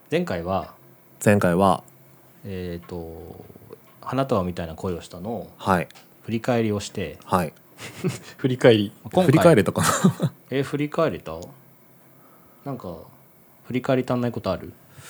前回は花束みたいな恋をしたのをはい振り返りをしてはい振り返り今回振り返れたかな振り返れた？なんか振り返り足んないことある？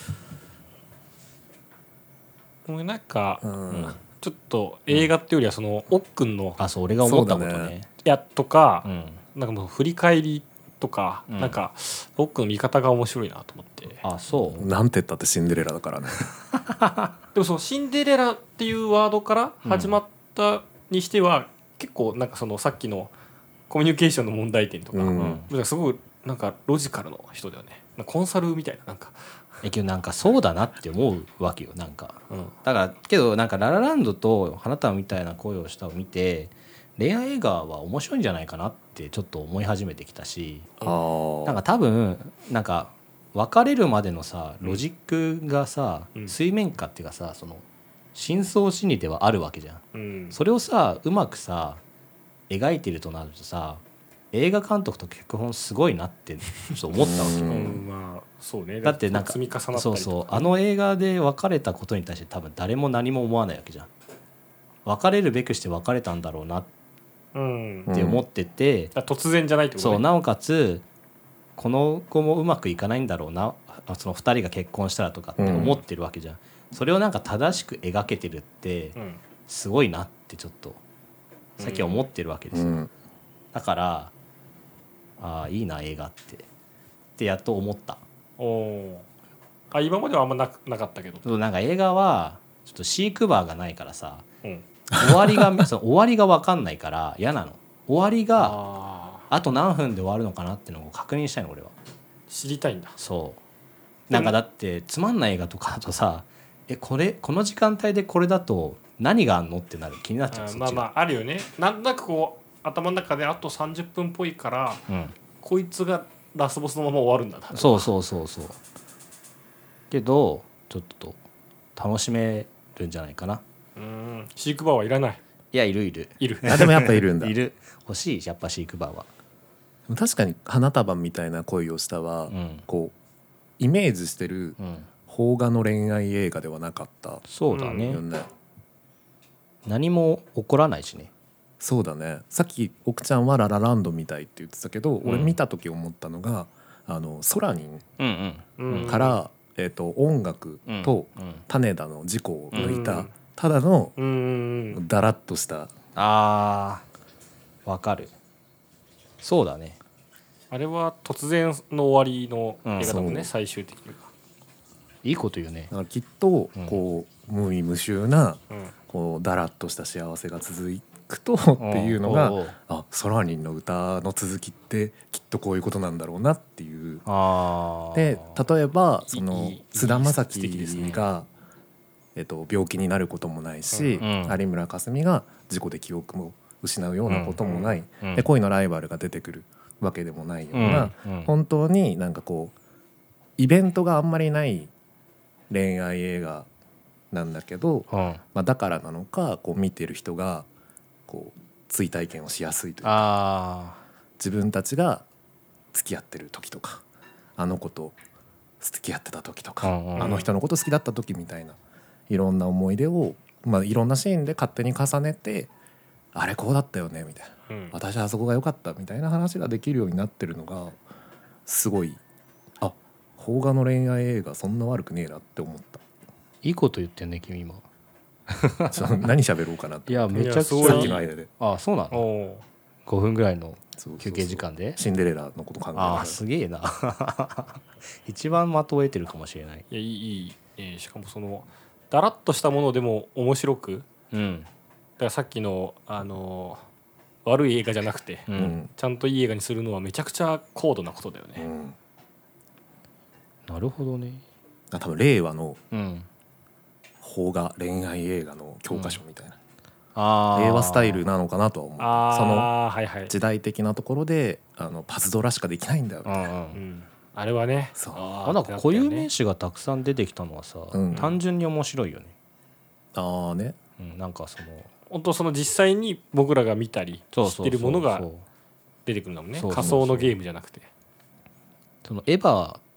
もうなんか、 うんちょっと映画っていうよりはそのおっくんのそう俺が思ったことそうだね。 やとか、 うんなんかもう振り返りとか、なんかおっくんの見方が面白いなと思って。 そうなんて言ったってシンデレラだからねでもそのシンデレラっていうワードから始まったにしては、結構なんかそのさっきのコミュニケーションの問題点とか、すごいなんかロジカルの人だよね。なんかコンサルみたいななんか。 けどなんかそうだなって思うわけよ。なんか、 うん、 だからけどなんかララランドと花束みたいな恋をしたを見て恋愛映画は面白いんじゃないかなってちょっと思い始めてきたし、なんか多分なんか別れるまでのさロジックがさ、水面下っていうかさその深層心理ではあるわけじゃん、それをさうまくさ描いてるとなるとさ映画監督と脚本すごいなってちょっと思ったわけよ、 まあそうね、 だってなんか積み重なったりとか、 そうあの映画で別れたことに対して多分誰も何も思わないわけじゃん。別れるべくして別れたんだろうなって思ってて、 突然じゃないってことね。 そうなおかつこの後もうまくいかないんだろうなその2人が結婚したらとかって思ってるわけじゃん、それをなんか正しく描けてるってすごいなってちょっとさっき思ってるわけですよ、だからいいな映画ってやっと思った。 今まではあんまなかったけど、 なんか映画はちょっとシークバーがないからさ、終わりがその終わりが分かんないから嫌なの。終わりがあと何分で終わるのかなっていうのを確認したいの俺は。 知りたいんだ。 そうなんかだってつまんない映画とかだとさこの時間帯でこれだと何があんのってなる気になっちゃう。 まああるよね。なんとなくこう頭の中であと30分っぽいから、こいつがラスボスのまま終わるんだな。 そうけどちょっと楽しめるんじゃないかな。 シークバーはいらない。 いやいるでもやっぱいるんだいる欲しいやっぱシークバーは。 確かに花束みたいな恋をしたは、こうイメージしてる邦画の恋愛映画ではなかった。 そうだね、何も起こらないしね。 そうだね。さっき奥ちゃんはララランドみたいって言ってたけど、俺見た時思ったのがソラニンから、音楽と種田の事故を抜いた、ただのダラッとしたわかる。そうだね。 あれは突然の終わりの映画だもんね、最終的には。 いいこと言うね。 だからきっとこう無味無臭なこうダラッとした幸せが続くとっていうのがソラニンの歌の続きってきっとこういうことなんだろうなっていう。で例えばその菅田将暉が病気になることもないし、有村架純が事故で記憶も失うようなこともない、で恋のライバルが出てくるわけでもないような、本当になんかこうイベントがあんまりない恋愛映画なんだけど、だからなのかこう見てる人がこう追体験をしやすいというか、自分たちが付き合ってる時とかあの子と付き合ってた時とか、あの人のこと好きだった時みたいないろんな思い出を、いろんなシーンで勝手に重ねてあれこうだったよねみたいな、私はあそこが良かったみたいな話ができるようになってるのがすごい邦画の恋愛映画そんな悪くねえなって思った。 いいこと言ってんね君今何喋ろうかなって。 いやめちゃくちゃさっきの間でそうなの。5分ぐらいの休憩時間でシンデレラのこと考えながら。 すげえな一番的を得てるかもしれない。 いやいい、しかもそのだらっとしたものでも面白く、だからさっきの悪い映画じゃなくて、ちゃんといい映画にするのはめちゃくちゃ高度なことだよね。 なるほどね。 多分令和の邦画恋愛映画の教科書みたいな、令和スタイルなのかなとは思う。その時代的なところでパズドラしかできないんだよみたいな、 あれはね。 なんか固有名詞がたくさん出てきたのはさ、単純に面白いよね。なんかその本当その実際に僕らが見たり知ってるものが出てくるんだもんね。仮想のゲームじゃなくて。 そのエヴァ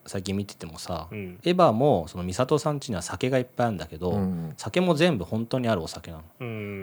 最近見ててもさ、 うん、 エヴァもその美里さん家には酒がいっぱいあるんだけど、 うん、 酒も全部本当にあるお酒なの、 うん、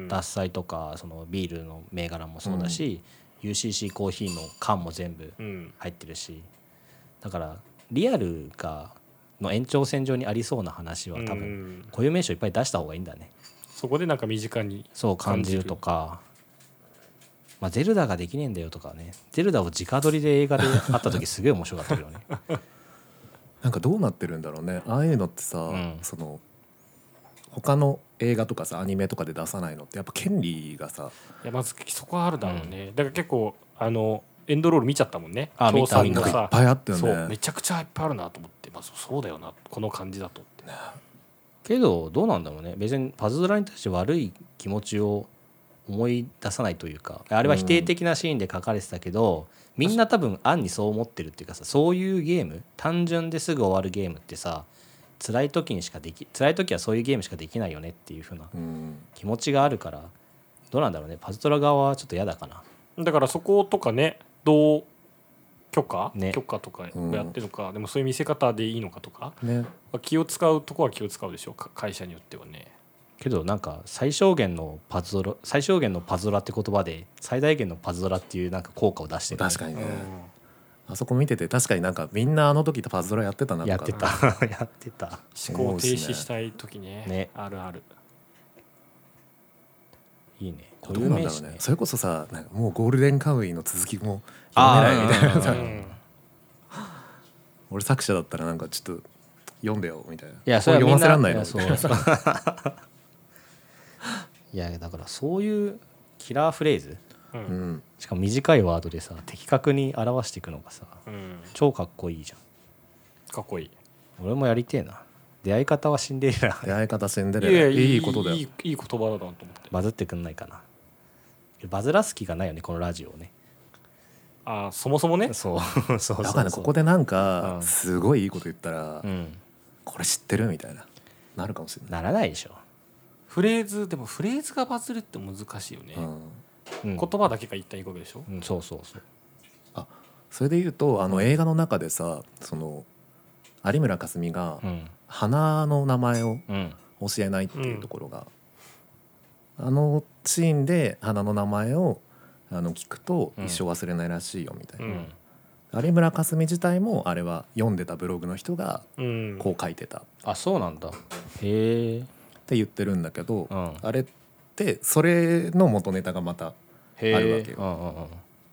獺祭とかそのビールの銘柄もそうだし、UCC コーヒーの缶も全部入ってるし、だからリアルの延長線上にありそうな話は多分固有名詞をいっぱい出した方がいいんだね。 そこでなんか身近にそう感じるとか、まあ、ゼルダができねえんだよとかね、ゼルダを直撮りで映画であった時すげえ面白かったけどねなんかどうなってるんだろうね、ああいうのってさ、その他の映画とかさアニメとかで出さないのってやっぱ権利がさ、 いやまずそこはあるだろうね、だから結構エンドロール見ちゃったもんね。 あ見たなんかいっぱいあったよね。 そうめちゃくちゃいっぱいあるなと思って、まあ、そうだよなこの感じだとって、 けどどうなんだろうね、別にパズドラに対して悪い気持ちを思い出さないというか、あれは否定的なシーンで書かれてたけど、みんな多分暗にそう思ってるっていうかさ、そういうゲーム単純ですぐ終わるゲームってさ、辛い時はそういうゲームしかできないよねっていう風な気持ちがあるから、どうなんだろうね、パズドラ側はちょっと嫌だかな。 だからそことかね、どう許可とかやってるのか、でもそういう見せ方でいいのかとか、ね、気を使うとこは気を使うでしょう、会社によってはね。 けどなんか最小限のパズドラって言葉で最大限のパズドラっていうなんか効果を出してる、 ね、確かにね、あそこ見てて確かになんかみんなあの時パズドラやってたなとか、 やってた思考停止したい時 ねあるある。 いいね。 どうなんだろうね。それこそさ、なんかもうゴールデンカムイの続きも読めないみたいなさ、俺作者だったらなんかちょっと読んでよみたいな。いやそれは読ませらんないのみたいな。いやだからそういうキラーフレーズ、しかも短いワードでさ的確に表していくのがさ、超かっこいいじゃん。 かっこいい。 俺もやりてえな。出会い方はシンデレラ。 出会い方シンデレラ。いいことだよ。 いい言葉だなと思って。 バズってくんないかな。バズらす気がないよねこのラジオをね。 ああそもそもね。 そうだからここでなんかすごいいいこと言ったら、これ知ってるみたいななるかもしれない。 ならないでしょ。 でもフレーズがバズるって難しいよね。言葉だけが言ったらいいことでしょ。 そう。 あ、それで言うと映画の中でさ、その有村架純が花の名前を教えないっていうところが、あのシーンで花の名前を聞くと一生忘れないらしいよみたいな、有村架純自体もあれは読んでたブログの人がこう書いてた、 あそうなんだ、へえって言ってるんだけど、あれってそれの元ネタがまたあるわけよ。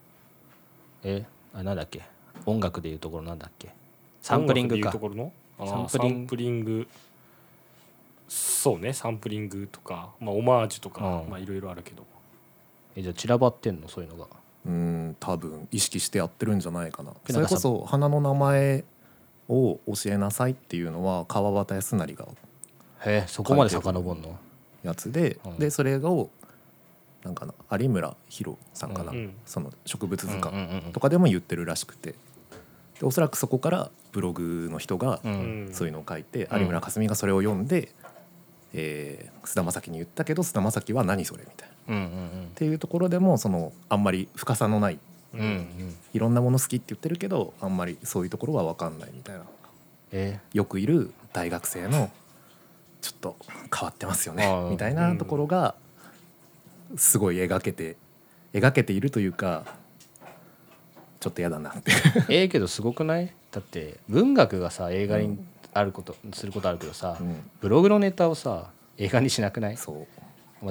なんだっけ、音楽でいうところなんだっけ、サンプリングか。 サンプリング、そうね、サンプリングとか、オマージュとか、いろいろあるけど。 じゃあ散らばってんのそういうのが。 多分意識してやってるんじゃないかな。それこそ花の名前を教えなさいっていうのは川端康成がそこまで遡るのやつで、でそれをなんかな有村弘さんかな、その植物図鑑とかでも言ってるらしくて、でおそらくそこからブログの人がそういうのを書いて、有村架純がそれを読んで、菅田将暉に言ったけど菅田将暉は何それみたいな、っていうところでもそのあんまり深さのない、いろんなもの好きって言ってるけどあんまりそういうところは分かんないみたいな、よくいる大学生のちょっと変わってますよねみたいなところがすごい描けているというか、ちょっと嫌だなってけどすごくない？だって文学がさ映画にあることすることあるけどさ、ブログのネタをさ映画にしなくない？ そう、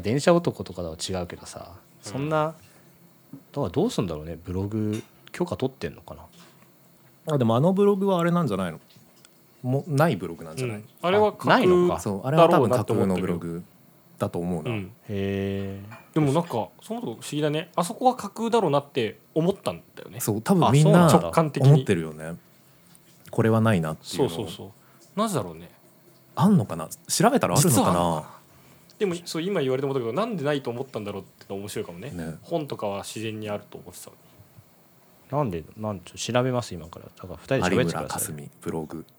電車男とかとは違うけどさ、そんな、どうすんだろうね。ブログ許可取ってんのかな。 でもブログはあれなんじゃないの？もないブログなんじゃない？ あれはないのか。 そう、あれは多分架空のブログだと思うな。 でもなんかそもそも不思議だね。あそこは架空だろうなって思ったんだよね。 そう、多分みんな直感的に思ってるよね。これはないなっていうの。 そうなぜだろうね。 あんのかな。調べたらあるのかな。 でもそう今言われてもだけど、なんでないと思ったんだろうっての面白いかもね。本とかは自然にあると思ってたのに。 なんで調べます今から。だから2人で喋ってください。 有村架純ブログ。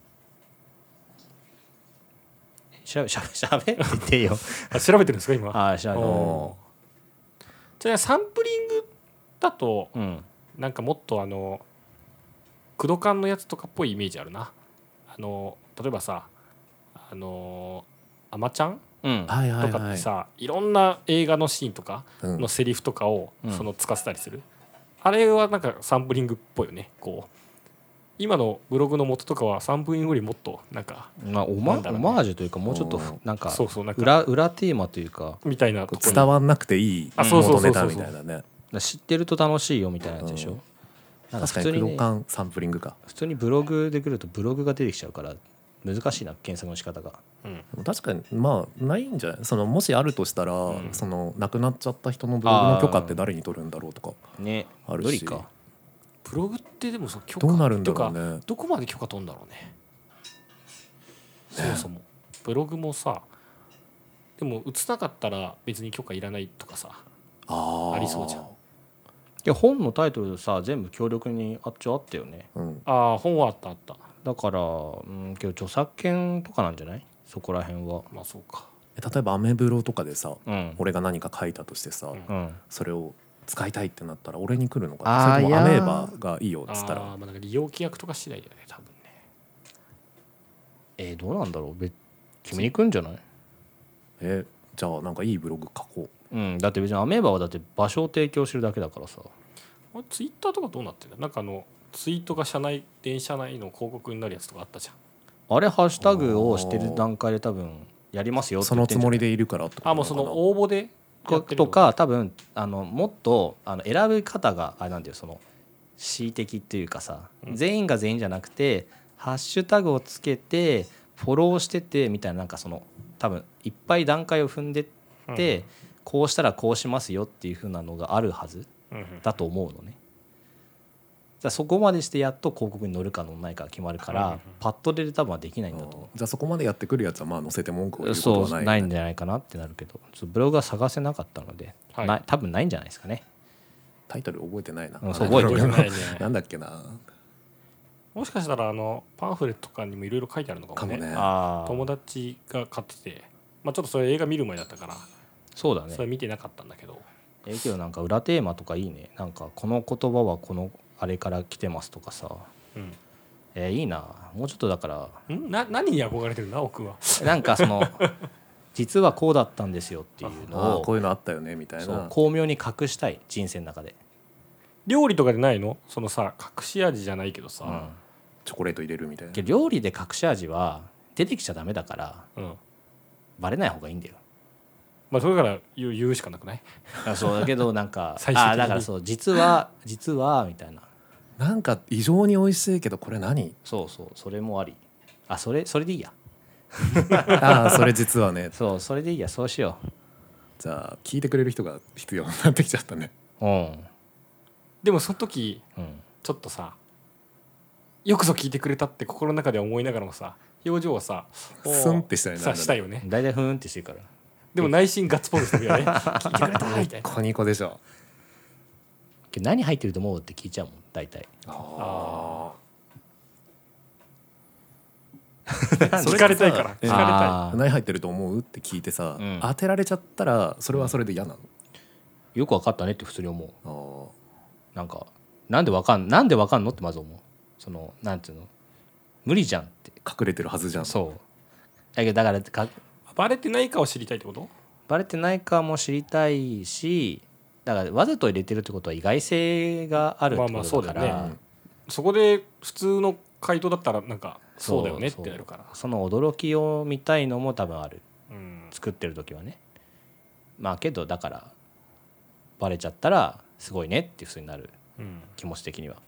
調べって言ってよ。 調べてるんですか今。 調べて。 じゃあサンプリングだと、なんかもっとクドカンのやつとかっぽいイメージあるな。例えばさアマちゃんうんとかってさ、いろんな映画のシーンとかうんのセリフとかをうんその使ってたりする、あれはなんかサンプリングっぽいよね。こう今のブログの元とかはサンプリングよりもっとなんかまあオマージュというかもうちょっとなんかそうそうなんか裏テーマというかみたいなとこに伝わんなくていい元ネタみたいなね。 知ってると楽しいよみたいなやつでしょ。なんか確かにクドカンサンプリングか。 普通にブログで来るとブログが出てきちゃうから難しいな検索の仕方が。 確かにまあないんじゃない。そのもしあるとしたら、 んその亡くなっちゃった人のブログの許可って誰に取るんだろうとかねあるし、 無理か。 ブログってでもその許可どうなるんだろうとかね。 どこまで許可取るんだろうね。そもそもブログもさでも打つなかったら別に許可いらないとかさありそうじゃん。 いや本のタイトルさ全部強力にあっったよね。 うん、 ああ本はあったあった。 だからけど著作権とかなんじゃないそこら辺は。 まあそうか。 例えばアメブロとかでさ、 うん俺が何か書いたとしてさ、 うんそれを使いたいってなったら俺に来るのかな。それともアメーバがいいよっつったら。 まあなんか利用規約とか次第だよね多分ね。 どうなんだろう君に来んじゃない。 じゃあなんかいいブログ書こうんだって別にアメーバはだって場所を提供してるだけだからさ。 ツイッターとかどうなってんだ。なんかツイートが電車内の広告になるやつとかあったじゃん。 あれハッシュタグをしてる段階で多分やりますよう。 ってそのつもりでいるからってことなのかな。 もうその応募でやってるとか多分もっと選び方があれなんだよ。その恣意的っていうかさ、全員が全員じゃなくてハッシュタグをつけてフォローしててみたいな、なんかその多分いっぱい段階を踏んでって、こうしたらこうしますよっていう風なのがあるはずだと思うのね。じゃあそこまでしてやっと広告に載るか載らないか決まるから、パッと出で多分はできないんだと思う。 じゃあそこまでやってくるやつはまあ載せて文句を言うことそうはない、 ないんじゃないかなってなるけど、ちょっとブログは探せなかったので、多分ないんじゃないですかね。 タイトル覚えてないな。 そう覚えてるないね。 なんだっけな。 もしかしたらパンフレットとかにもいろいろ書いてあるのかもね。友達が買ってて、まあちょっとそれ映画見る前だったからそうだね、 それ見てなかったんだけど。 けどなんか裏テーマとかいいね。なんかこの言葉はこのあれから来てますとかさ、いいな。もうちょっとだから何に憧れてるんだ奥は。 なんかその実はこうだったんですよっていうのをこういうのあったよねみたいな、 巧妙に隠したい人生の中で。 料理とかでないのそのさ隠し味じゃないけどさ、 チョコレート入れるみたいな。 料理で隠し味は出てきちゃダメだから、バレない方がいいんだよ。 まあそれから言うしかなくない？ そうだけどなんかだからそう実はみたいな。 なんか異常に美味しいけどこれ何？ そうそれもあり。それでいいや。 それ実はね。 そうそれでいいや。そうしよう。 じゃあ聞いてくれる人が必要になってきちゃったね。 でもその時、ちょっとさよくぞ聞いてくれたって心の中で思いながらもさ表情はさスンってしたいよね。 だいたいふーんってしてるから。 でも内心ガッツポーズしてるよね。聞いてくれたみたいな。 コニコでしょ。 何入ってると思うって聞いちゃうもん大体。 聞かれたいから聞かれたい。 何入ってると思うって聞いてさ、当てられちゃったらそれはそれで嫌なの？ よく分かったねって普通に思う。なんかなんで分かんのってまず思う。そのなんていうの無理じゃんって。 隠れてるはずじゃん。 そうだけどだからバレてないかを知りたいってこと？ バレてないかも知りたいし、だからわざと入れてるってことは意外性があるってことだから、 そこで普通の回答だったらなんかそうだよねってなるから、 その驚きを見たいのも多分ある、作ってる時はね。まあけどだからバレちゃったらすごいねっていうふうになる、気持ち的には。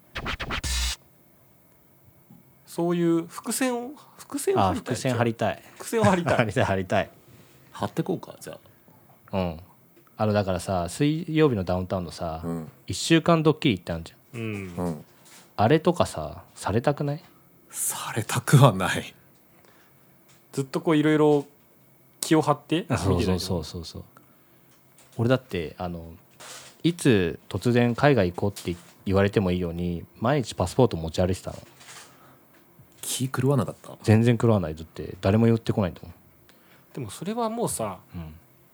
そういう伏線を張りたい。張りたい。 貼ってこうかじゃあ。だからさ水曜日のダウンタウンのさ、1週間ドッキリってあるじゃん。あれとかさされたくない？ されたくはない。 ずっとこういろいろ気を張って見てない。 そう俺だっていつ突然海外行こうって言われてもいいように毎日パスポート持ち歩いてたの。 気狂わなかった？ 全然狂わない。だって誰も寄ってこないんだもん。 でもそれはもうさ、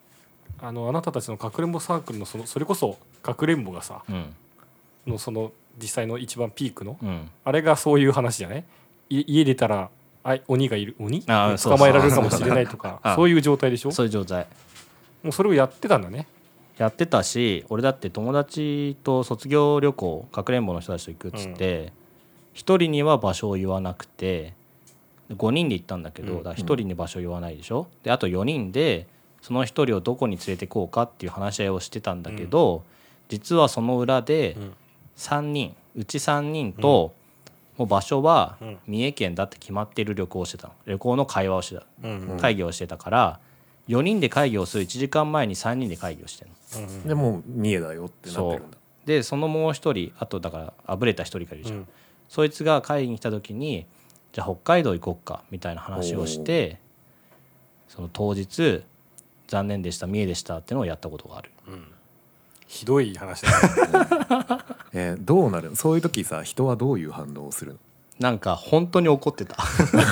あなたたちのかくれんぼサークルのそれこそかくれんぼがさ、のその実際の一番ピークの、 うん、 あれがそういう話じゃね。家出たら鬼がいる、鬼あ捕まえられるかもしれないとかそういう状態でしょ。 そういう状態もうそれをやってたんだね。 やってたし、俺だって友達と卒業旅行かくれんぼの人たちと行くっつって1人には場所を言わなくて5人で行ったんだけど、だから1人に場所を言わないでしょ。であと4人でその1人をどこに連れてこうかっていう話し合いをしてたんだけど、実はその裏で3人うち3人ともう場所は三重県だって決まっている旅行をしてたの。旅行の会話をしてた、会議をしてたから4人で会議をする1時間前に3人で会議をしてるの。 でもう三重だよってなってるんだ。 でそのもう一人あとだからあぶれた一人がいるじゃん、そいつが会議に来た時にじゃあ北海道行こっかみたいな話をして、その当日残念でした三重でしたっていうのをやったことがある、 ひどい話だねどうなる？そういう時さ、人はどういう反応をするの？ なんか本当に怒ってた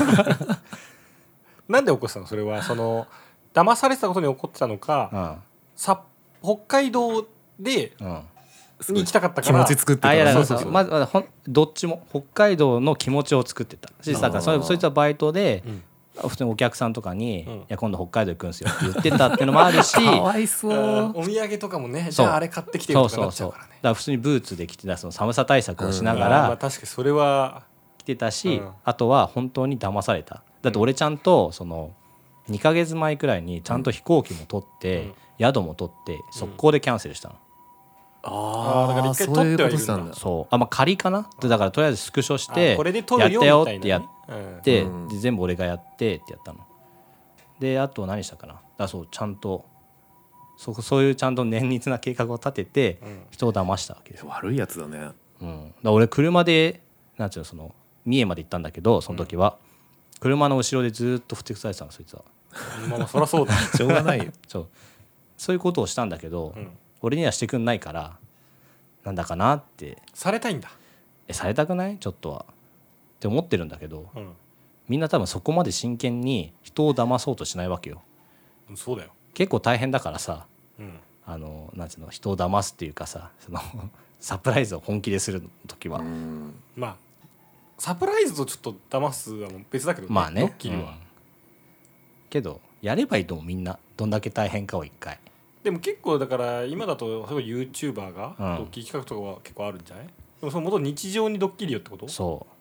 なんで怒ってたの？それはその騙されてたことに怒ってたのか、北海道で、に行きたかったから気持ち作ってたの？ まずどっちも北海道の気持ちを作ってたし、だからそいつはバイトで、普通にお客さんとかに、いや今度北海道行くんですよって言ってたっていうのもあるしかわいそう。 お土産とかもね、じゃああれ買ってきてよとかなっちゃうからね。 だから普通にブーツで着てた、その寒さ対策をしながら、 確かにそれは着てたし、あとは本当に騙された。だって俺ちゃんとその2ヶ月前くらいにちゃんと飛行機も取って、宿も取って速攻でキャンセルしたの。 だから一回取ってはいるんだ。 そうまあ仮かな。だからとりあえずスクショしてこれで取るよやったよみたいなねってやって、で全部俺がやってってやったの。であと何したかな。だそうちゃんとそういうちゃんと綿密な計画を立てて人を騙したわけですよ。 悪いやつだね。 だから俺車でなんていうの、その三重まで行ったんだけど、その時は、車の後ろでずっとふてくされてたのそいつは。 まあそりゃそうだしょうがないよそういうことをしたんだけど、俺にはしてくんないからなんだかなってされたいんだ。 されたくないちょっとはって思ってるんだけど、みんな多分そこまで真剣に人を騙そうとしないわけよ。 そうだよ。 結構大変だからさ、なんていうの、人を騙すっていうかさ、そのサプライズを本気でする時は、 まあサプライズとちょっと騙すは別だけどね。 まあね、 ドッキリは、 けどやればいいと思う。みんなどんだけ大変かを一回。 でも結構だから今だと例えば YouTuber がドッキリ企画とかは結構あるんじゃない？でもその元日常にドッキリよってこと？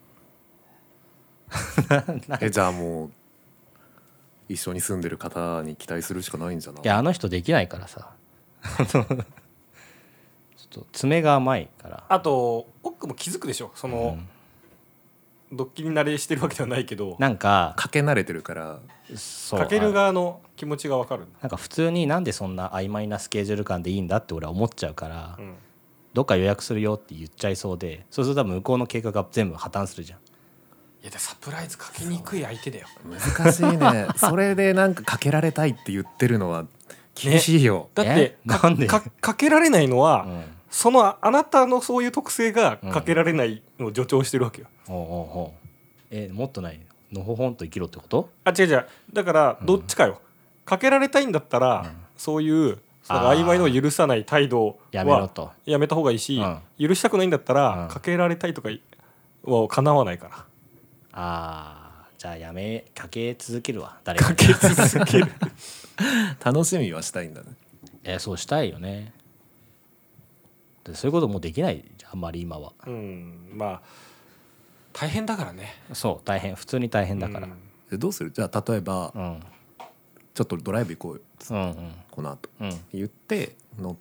そうじゃあもう一緒に住んでる方に期待するしかないんじゃない？ いやあの人できないからさちょっと爪が甘いから。 あと奥も気づくでしょ、その、ドッキリ慣れしてるわけではないけど、 なんかかけ慣れてるからかける側の気持ちが分かる。 なんか普通になんでそんな曖昧なスケジュール感でいいんだって俺は思っちゃうから、どっか予約するよって言っちゃいそうで、そうすると多分向こうの計画が全部破綻するじゃん。 いやサプライズかけにくい相手だよ。 難しいねそれでなんかかけられたいって言ってるのは厳しいよ、 だってなんでかけられないのは、そのあなたのそういう特性がかけられないのを助長してるわけよ。 もっとないのほほんと生きろってこと？ 違うだからどっちかよ、かけられたいんだったら、そういう曖昧のを許さない態度はやめた方がいいし、許したくないんだったら、かけられたいとかはかなわないから。 じゃあかけ続けるわ。誰かかけ続ける楽しみはしたいんだね。 そうしたいよね。そういうこともうできないじゃんあんまり今は。 まあ大変だからね。 そう大変、普通に大変だから。 どうする？じゃあ例えば、ちょっとドライブ行こうよ、この後、言って乗って、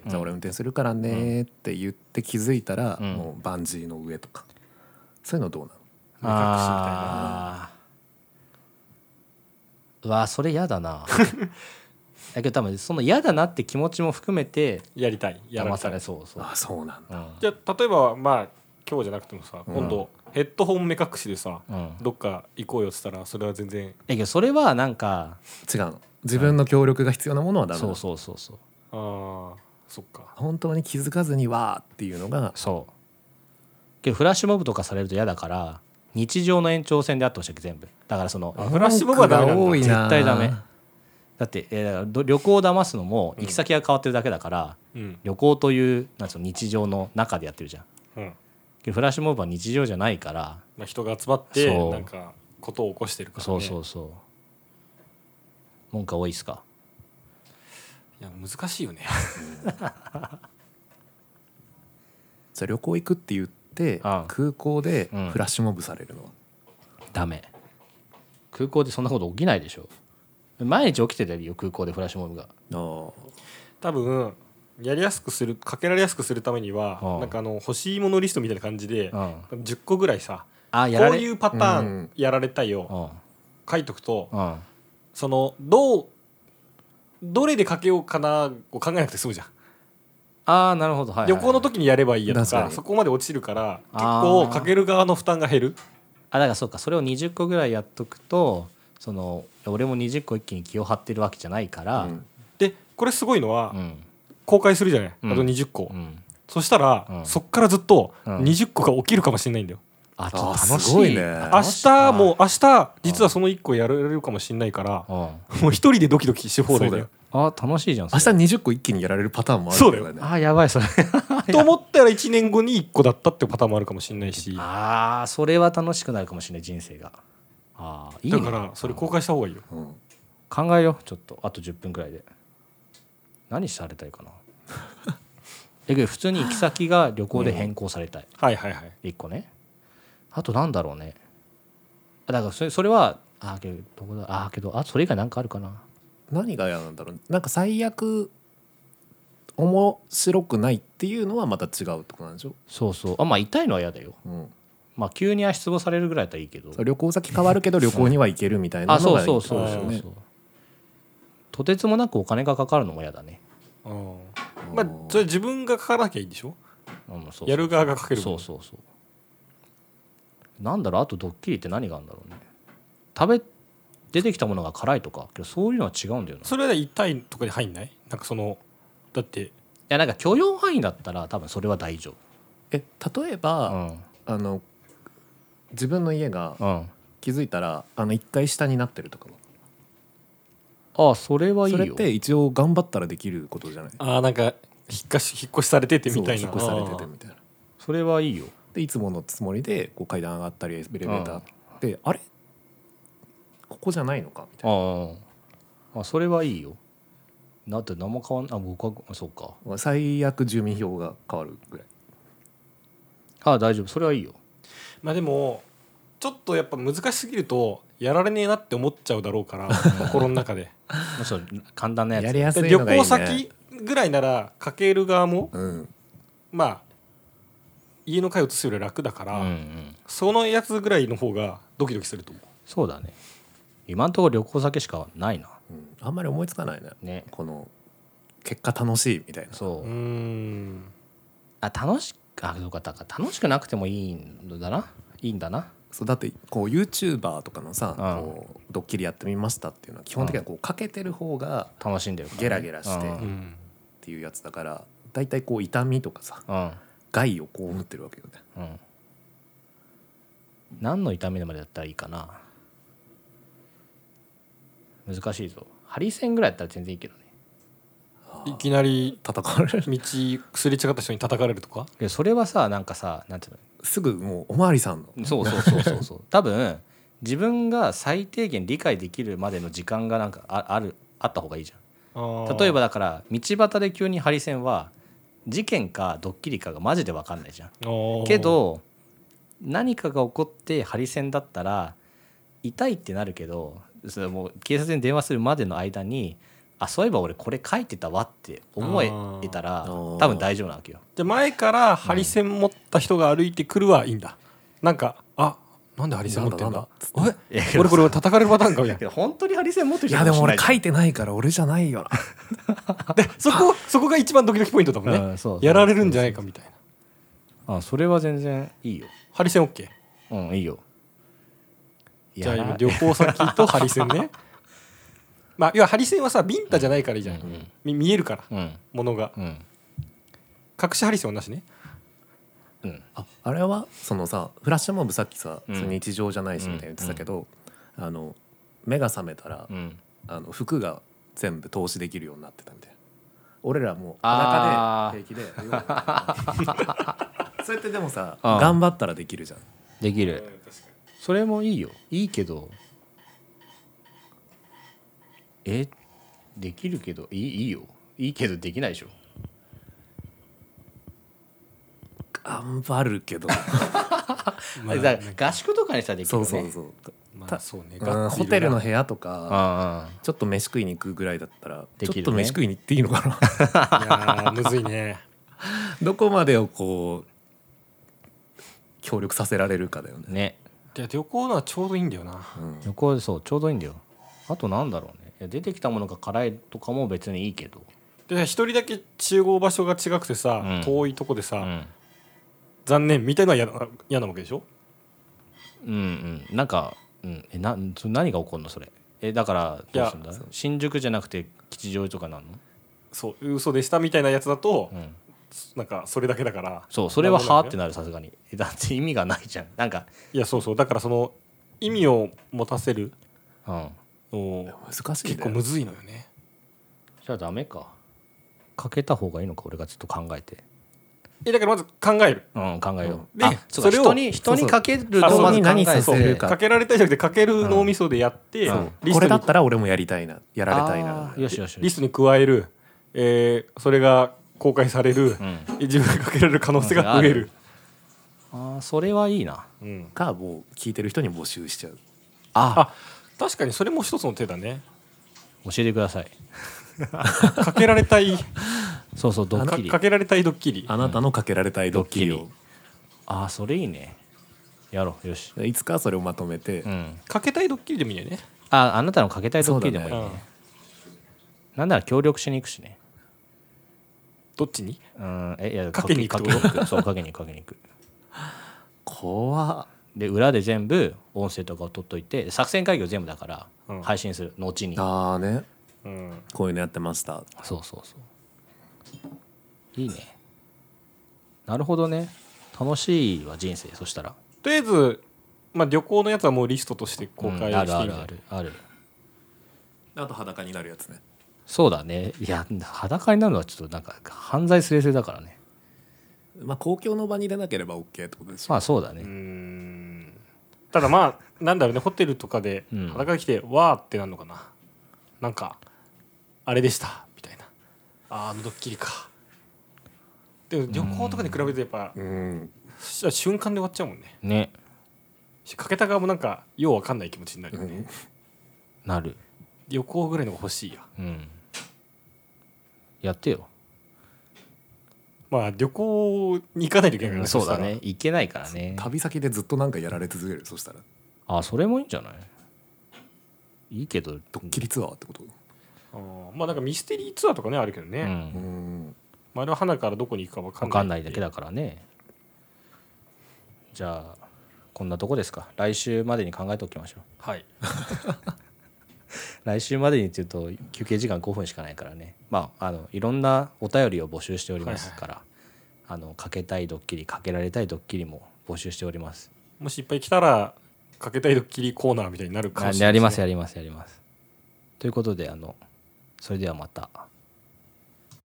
じゃあ俺運転するからねって言って気づいたら、もうバンジーの上とかそういうのどうなの？ 目隠しみたいな。 うわそれ嫌だなだけど多分その嫌だなって気持ちも含めてやりたい、 騙されそう。 そうなんだ。 じゃあ例えばまあ今日じゃなくてもさ、今度ヘッドホン目隠しでさ、どっか行こうよっつったらそれは全然。 けどそれはなんか違うの。自分の協力が必要なものはダメだ。 そうそっか。 本当に気づかずにわーっていうのが。 そうけどフラッシュモブとかされると嫌だから日常の延長線であってほしい全部。だからそのフラッシュモブはダメなんだ。 絶対ダメだって、だから旅行を騙すのも行き先が変わってるだけだから、旅行というなんつうの日常の中でやってるじゃん、 フラッシュモブは日常じゃないから、 まあ、人が集まってそうなんかことを起こしてるからね。 そうそうそう。文句多いっすか？ いや難しいよねじゃあ旅行行くって言ってああ空港でフラッシュモブされるのは、 ダメ。空港でそんなこと起きないでしょ。毎日起きてたよ空港でフラッシュモブが。 多分やりやすくするかけられやすくするためにはなんか欲しいものリストみたいな感じで10個ぐらいさ、こういうパターンやられたいを書いとくと、そのどれでかけようかなを考えなくて済むじゃん。 ああなるほど、はいはいはい、 旅行の時にやればいいやとかそこまで落ちるから結構かける側の負担が減る。 だからそうか、それを20個ぐらいやっとくとその俺も20個一気に気を張ってるわけじゃないから、 でこれすごいのは、公開するじゃない、あと20個、そしたら、そっからずっと20個が起きるかもしれないんだよ。 ちょっと楽しい。 すごいね。 明日実はその1個やられるかもしれないから、もう一人でドキドキし放題だよ。 楽しいじゃん。 明日20個一気にやられるパターンもあるからね。 そうだよ。やばいそれと思ったら1年後に1個だったってパターンもあるかもしれないし。 それは楽しくなるかもしれない人生が。いいね。 だからそれ公開した方がいいよ。 考えようちょっとあと10分くらいで。何されたいかな普通に行き先が旅行で変更されたい、 はいはいはい 1個ね。あとなんだろうね。だからそれはけどそれ以外なんかあるかな。 何が嫌なんだろう。なんか最悪面白くないっていうのはまた違うってことなんでしょ。 そうそう。まあ痛いのは嫌だよ、まあ急に足つぼされるぐらいだったらいいけど。 旅行先変わるけど旅行には行けるみたいなのがいい。 そうとてつもなくお金がかかるのも嫌だね。 まあそれ自分がかからなきゃいいんでしょ。やる側がかける。 そうなんだろう。あとドッキリって何があるんだろうね。出てきたものが辛いとかそういうのは違うんだよな。 それは痛いとかに入んない？なんかだっていやなんか許容範囲だったら多分それは大丈夫。 例えば、自分の家が気づいたら1階下になってるとかは、それはいいよ。 それって一応頑張ったらできることじゃない。 なんか引っ越しされててみたいな。 引っ越しされててみたいな。 それはいいよ。 でいつものつもりでこう階段上がったりエレベーターで、あれここじゃないのかみたいな。それはいいよ。だって何も変わんない。僕はそうか。 最悪住民票が変わるぐらい。 大丈夫。それはいいよ。 まあでもちょっとやっぱ難しすぎるとやられねえなって思っちゃうだろうから心の中で簡単なやつやりやすいのがいいね。 旅行先ぐらいならかける側も、まあ家の階を移すより楽だから、そのやつぐらいの方がドキドキすると思う。 そうだね。今のところ旅行先しかないな、 あんまり思いつかないね。この結果楽しいみたいな。 楽しくなくてもいいんだな。 そうだってこう YouTuber とかのさ、こうドッキリやってみましたっていうのは基本的にはこうかけてる方が楽しんでるゲラゲラしてっていうやつだから、だいたいこう痛みとかさ、害をこう思ってるわけよね。 何の痛みまでだったらいいかな。難しいぞ。ハリセンぐらいだったら全然いいけどね。 いきなり叩かれる。 道すれ違った人に叩かれるとか。 それはさなんかさなんていうの、 すぐもうおまわりさんの。 そう多分自分が最低限理解できるまでの時間がなんかあった方がいいじゃん。例えばだから道端で急にハリセンは事件かドッキリかがマジで分かんないじゃん。けど何かが起こってハリセンだったら痛いってなるけど、それもう警察に電話するまでの間にそういえば俺これ書いてたわって思えたら多分大丈夫なわけよ。 じゃあ前からハリセン持った人が歩いてくるはいいんだ。なんかなんでハリセン持ってんだ。俺これ叩かれるパターンかみたいな。 本当にハリセン持ってる人いやでも俺書いてないから俺じゃないよな。 でそこが一番ドキドキポイントだもんね。やられるんじゃないかみたいな。それは全然いいよ。 ハリセン OK。 いいよ。 じゃあ今旅行先とハリセンね。まあ要はハリセンはさビンタじゃないからいいじゃん。見えるからものが。隠しハリセンはなしね。 あれはそのさフラッシュモブさっきさ、日常じゃないしみたいに言ってたけど、目が覚めたら、服が全部投資できるようになってたみたいな。俺らもう裸で平気でそれってでもさああ頑張ったらできるじゃん。 できる。それもいいよ。いいけどできるけどいいよ。いいけどできないでしょ。 頑張るけどまあだから合宿とかにしたらできるそよね。 うそうそう、 まあそうねホテルの部屋とかあちょっと飯食いに行くぐらいだったら、 できるねちょっと飯食いに行っていいのかないやむずいね。 どこまでをこう協力させられるかだよね。 ね。 いや旅行のはちょうどいいんだよな。 旅行でそうちょうどいいんだよ。あとなんだろうね。いや出てきたものが辛いとかも別にいいけど。 で一人だけ集合場所が違くてさ、 うん遠いとこでさ、 うん残念みたいのは嫌なわけでしょ。 うんなんかそれ何が起こるのそれ。だからどうするんだ。新宿じゃなくて吉祥寺とかなんの。 そう嘘でしたみたいなやつだと、 うんなんかそれだけだから。 そうそれははあってなる。さすがにだって意味がないじゃん。なんかいやそうだからその意味を持たせるうんの難しいね。 結構むずいのよね。 じゃあダメか。かけた方がいいのか俺がちょっと考えて。 だからまず考える。 考えよう。 でそうかそれを人にかけるのそうそうをまず考何えさせるて。 かかけられたいじゃなくてかける脳みそでやって、リストにこれだったら俺もやりたいな、やられたいな。 よしよしよし。 リストに加える、それが公開される、自分がかけられる可能性が増える。 それはいいな。 かもう聞いてる人に募集しちゃう。 確かにそれも一つの手だね。 教えてください。 かけられたいそうそうドッキリ。 かけられたいドッキリ。 あなたのかけられたいドッキリを、 それいいね。やろう。よし。 いつかそれをまとめて、 かけたいドッキリでもいいよね。 あなたのかけたいドッキリでもいいね。なんなら協力しに行くしね。 どっちに？ いやかけに行くってこと？ そうかけに行く。 怖っ。 で裏で全部音声とかを取っといて作戦会議を全部だから配信する後に。 ああね、こういうのやってました。 そういいね。なるほどね。楽しいわ人生。そしたらとりあえず、旅行のやつはもうリストとして公開していいんじゃない？ ある。 あと裸になるやつね。 そうだね。いや裸になるのはちょっとなんか犯罪すれすれだからね。 公共の場に出なければ OK ってことですよ。 そうだね。 ただなんだろうね、ホテルとかで裸が来て、わーってなるのかな。なんかあれでしたみたいな。あのドッキリか。でも旅行とかに比べるとやっぱ瞬間で終わっちゃうもんね。 ね。 かけた側もなんかようわかんない気持ちになるよね。 なる。 旅行ぐらいのが欲しいよ。 やってよ。 旅行に行かないといけないからね。 そうだね。行けないからね。 旅先でずっとなんかやられ続ける。そしたらそれもいいんじゃない？いいけどドッキリツアーってこと？ なんかミステリーツアーとかねあるけどね。あれは花からどこに行くか分かんないだけだからね。じゃあこんなとこですか。来週までに考えておきましょう。 はい来週までにっていうと休憩時間5分しかないからね。いろんなお便りを募集しておりますから、かけたいドッキリかけられたいドッキリも募集しております。 もしいっぱい来たらかけたいドッキリコーナーみたいになるかもしれないですね。 やります。ということでそれではまた。